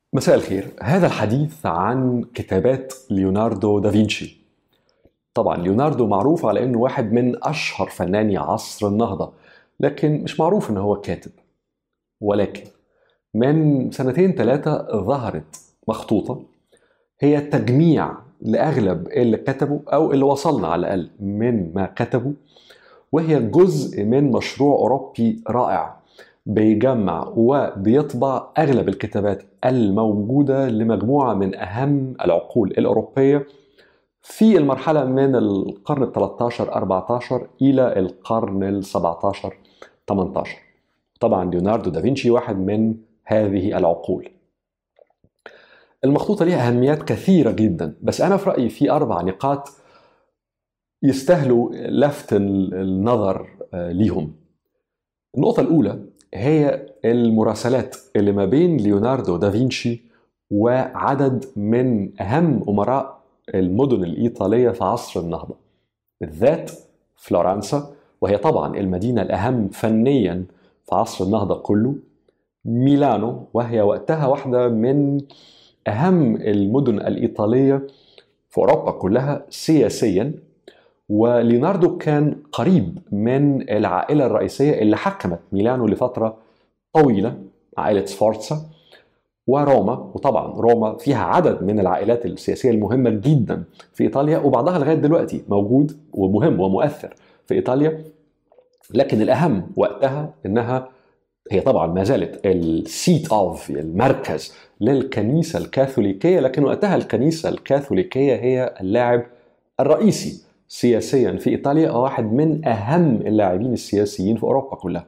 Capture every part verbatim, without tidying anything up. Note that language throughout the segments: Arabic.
مساء الخير. هذا الحديث عن كتابات ليوناردو دافنشي. طبعا ليوناردو معروف على انه واحد من اشهر فناني عصر النهضة، لكن مش معروف انه هو كاتب. ولكن من سنتين ثلاثة ظهرت مخطوطة هي تجميع لأغلب اللي كتبوا أو اللي وصلنا على الأقل من ما كتبوا، وهي جزء من مشروع أوروبي رائع بيجمع وبيطبع أغلب الكتابات الموجودة لمجموعة من أهم العقول الأوروبية في المرحلة من القرن الثالث عشر أربعة عشر إلى القرن السابع عشر ثمانية عشر. طبعا ليوناردو دافنشي واحد من هذه العقول. المخطوطة لها أهميات كثيرة جدا، بس أنا في رأيي في أربع نقاط يستاهلوا لفت النظر ليهم. النقطة الأولى هي المراسلات اللي ما بين ليوناردو دافنشي وعدد من أهم أمراء المدن الإيطالية في عصر النهضة، بالذات فلورنسا، وهي طبعا المدينة الأهم فنيا في عصر النهضة كله، ميلانو، وهي وقتها واحدة من أهم المدن الإيطالية في أوروبا كلها سياسيا، وليوناردو كان قريب من العائلة الرئيسية اللي حكمت ميلانو لفترة طويلة، عائلة سفورتسا وروما. وطبعا روما فيها عدد من العائلات السياسية المهمة جدا في إيطاليا، وبعضها لغاية دلوقتي موجود ومهم ومؤثر في إيطاليا، لكن الأهم وقتها إنها هي طبعا ما زالت السيت اوف المركز للكنيسة الكاثوليكية، لكن وقتها الكنيسة الكاثوليكية هي اللاعب الرئيسي سياسيا في إيطاليا، واحد من أهم اللاعبين السياسيين في أوروبا كلها.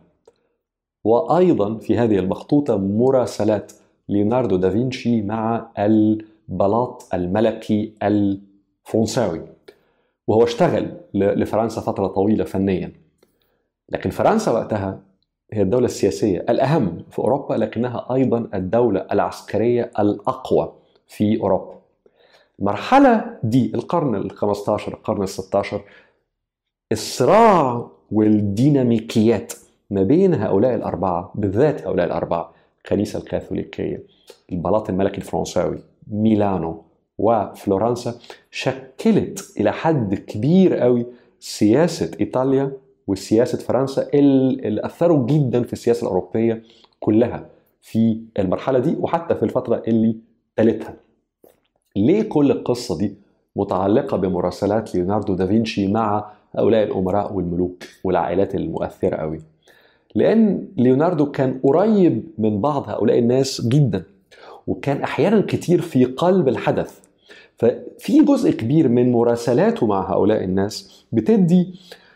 وأيضا في هذه المخطوطة مراسلات ليوناردو دافنشي مع البلاط الملكي الفرنساوي، وهو اشتغل لفرنسا فترة طويلة فنيا. لكن فرنسا وقتها هي الدولة السياسية الأهم في أوروبا، لكنها أيضا الدولة العسكرية الأقوى في أوروبا. المرحلة دي القرن الخمسة عشر القرن الستة عشر، الصراع والديناميكيات ما بين هؤلاء الأربعة، بالذات هؤلاء الأربعة، الكنيسة الكاثوليكية، البلاط الملكي الفرنساوي، ميلانو وفلورنسا، شكلت إلى حد كبير قوي سياسة إيطاليا وسياسة فرنسا اللي أثروا جدا في السياسة الأوروبية كلها في المرحلة دي وحتى في الفترة اللي تلتها. ليه كل القصة دي متعلقة بمراسلات ليوناردو دافنشي مع هؤلاء الأمراء والملوك والعائلات المؤثرة قوي؟ لأن ليوناردو كان قريب من بعض هؤلاء الناس جدا، وكان أحيانا كتير في قلب الحدث. ففي جزء كبير من مراسلاته مع هؤلاء الناس بتدي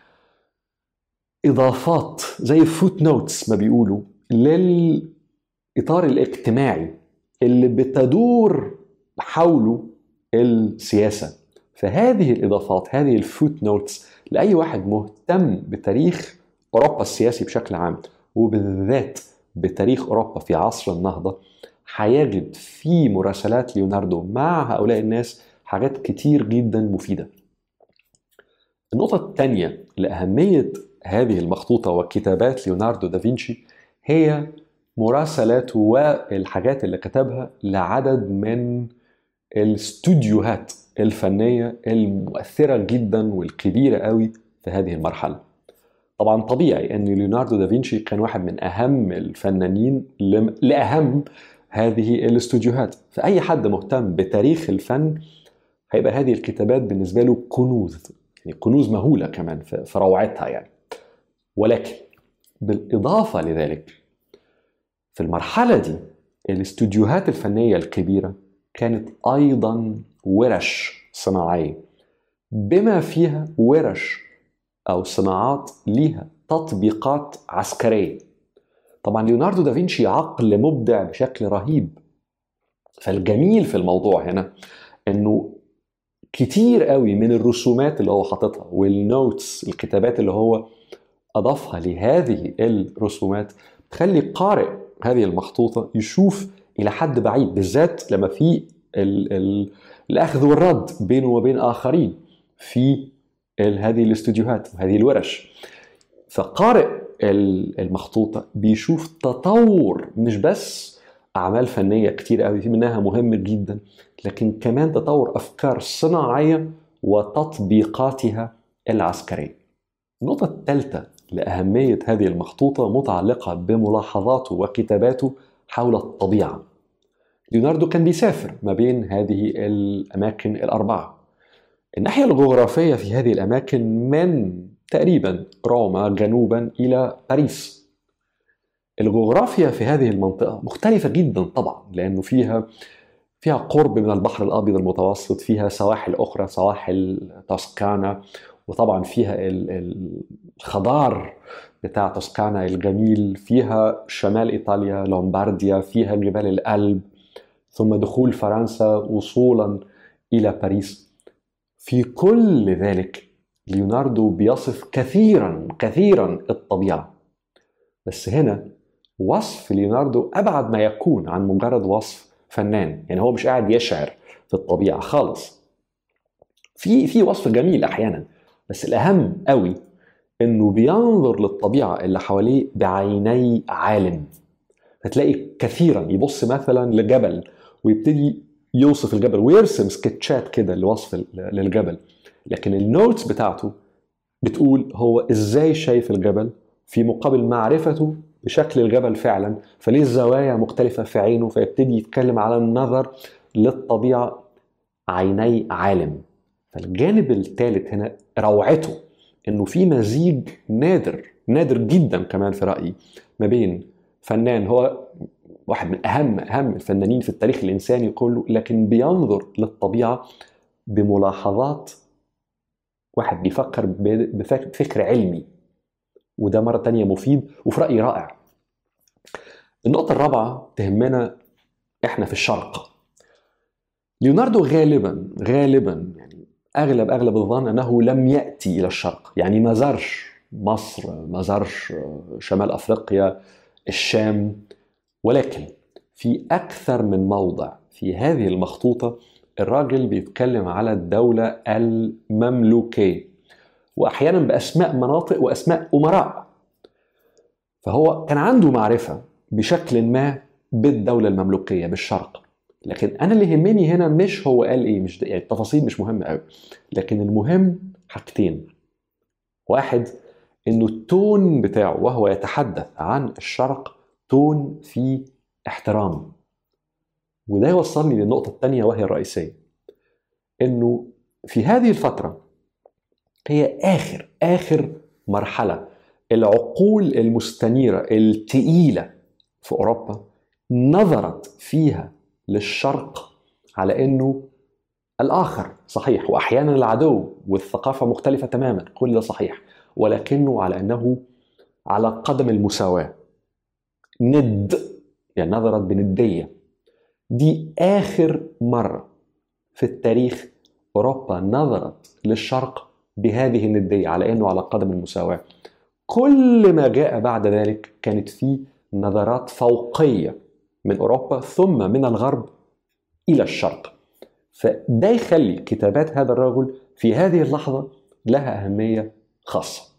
إضافات زي فوت نوتس ما بيقولوا للإطار الاجتماعي اللي بتدور حوله السياسة. فهذه الإضافات، هذه الفوت نوتس، لأي واحد مهتم بتاريخ أوروبا السياسي بشكل عام، وبالذات بتاريخ أوروبا في عصر النهضة، هيجد في مراسلات ليوناردو مع هؤلاء الناس حاجات كتير جدا مفيدة. النقطة الثانية لأهمية هذه المخطوطة وكتابات ليوناردو دافنشي هي مراسلات والحاجات اللي كتبها لعدد من الاستوديوهات الفنية المؤثرة جدا والكبيرة قوي في هذه المرحلة. طبعا طبيعي أن ليوناردو دافنشي كان واحد من أهم الفنانين لأهم هذه الاستوديوهات، فأي حد مهتم بتاريخ الفن هيبقى هذه الكتابات بالنسبة له كنوز، يعني كنوز مهولة كمان في روعتها يعني. ولكن بالإضافة لذلك في المرحلة دي الاستوديوهات الفنية الكبيرة كانت أيضا ورش صناعية، بما فيها ورش أو صناعات ليها تطبيقات عسكرية. طبعا ليوناردو دافنشي عقل مبدع بشكل رهيب، فالجميل في الموضوع هنا أنه كتير قوي من الرسومات اللي هو حاططها والنوتس، الكتابات اللي هو أضافها لهذه الرسومات، تخلي قارئ هذه المخطوطة يشوف إلى حد بعيد، بالذات لما في ال ال الأخذ والرد بينه وبين آخرين في هذه الاستوديوهات وهذه الورش. فقارئ المخطوطة بيشوف تطور مش بس أعمال فنية كتير قوي، في منها مهم جدا، لكن كمان تطور أفكار صناعية وتطبيقاتها العسكرية. النقطة الثالثة لأهمية هذه المخطوطة متعلقة بملاحظاته وكتاباته حول الطبيعة. ليوناردو كان بيسافر ما بين هذه الأماكن الأربعة. الناحية الجغرافية في هذه الأماكن من تقريبا روما جنوبا إلى باريس. الجغرافيا في هذه المنطقة مختلفة جدا طبعا، لأنه فيها فيها قرب من البحر الأبيض المتوسط، فيها سواحل أخرى، سواحل توسكانا، وطبعا فيها الخضار بتاع توسكانا الجميل، فيها شمال إيطاليا لومبارديا، فيها جبال الألب، ثم دخول فرنسا وصولا إلى باريس. في كل ذلك ليوناردو بيصف كثيرا كثيرا الطبيعة، بس هنا وصف ليوناردو أبعد ما يكون عن مجرد وصف فنان. يعني هو مش قاعد يشعر في الطبيعة خالص، في في وصف جميل أحيانا، بس الأهم قوي إنه بينظر للطبيعة اللي حواليه بعيني عالم. هتلاقي كثيرا يبص مثلا لجبل ويبتدي يوصف الجبل ويرسم سكتشات كده لوصف للجبل، لكن النوتس بتاعته بتقول هو ازاي شايف الجبل في مقابل معرفته بشكل الجبل فعلا، فليه الزوايا مختلفة في عينه، فيبتدي يتكلم على النظر للطبيعة عيني عالم. فالجانب الثالث هنا روعته انه في مزيج نادر نادر جدا كمان في رأيي ما بين فنان هو واحد من أهم أهم الفنانين في التاريخ الإنساني كله، لكن بينظر للطبيعة بملاحظات واحد بيفكر بفكر علمي، وده مرة تانية مفيد وفي رأيي رائع. النقطة الرابعة تهمنا إحنا في الشرق. ليوناردو غالبا غالبا يعني أغلب أغلب الظن أنه لم يأتي إلى الشرق، يعني ما زارش مصر، ما زارش شمال أفريقيا، الشام، ولكن في أكثر من موضع في هذه المخطوطة الراجل بيتكلم على الدولة المملوكية، وأحيانا بأسماء مناطق وأسماء أمراء. فهو كان عنده معرفة بشكل ما بالدولة المملوكية بالشرق، لكن أنا اللي يهمني هنا مش هو قال إيه، مش يعني التفاصيل مش مهمة قوي، لكن المهم حاجتين. واحد، إنه التون بتاعه وهو يتحدث عن الشرق تون فيه احترام. وده يوصلني للنقطة الثانية وهي الرئيسية، إنه في هذه الفترة هي آخر آخر مرحلة العقول المستنيرة التقيلة في أوروبا نظرت فيها للشرق على إنه الآخر صحيح، وأحيانا العدو، والثقافة مختلفة تماما، كل ده صحيح، ولكنه على أنه على قدم المساواة، ند، يعني نظرت بندية. دي آخر مرة في التاريخ أوروبا نظرت للشرق بهذه الندية، على أنه على قدم المساواة. كل ما جاء بعد ذلك كانت فيه نظرات فوقية من أوروبا ثم من الغرب إلى الشرق. فده يخلي كتابات هذا الرجل في هذه اللحظة لها أهمية خاصة.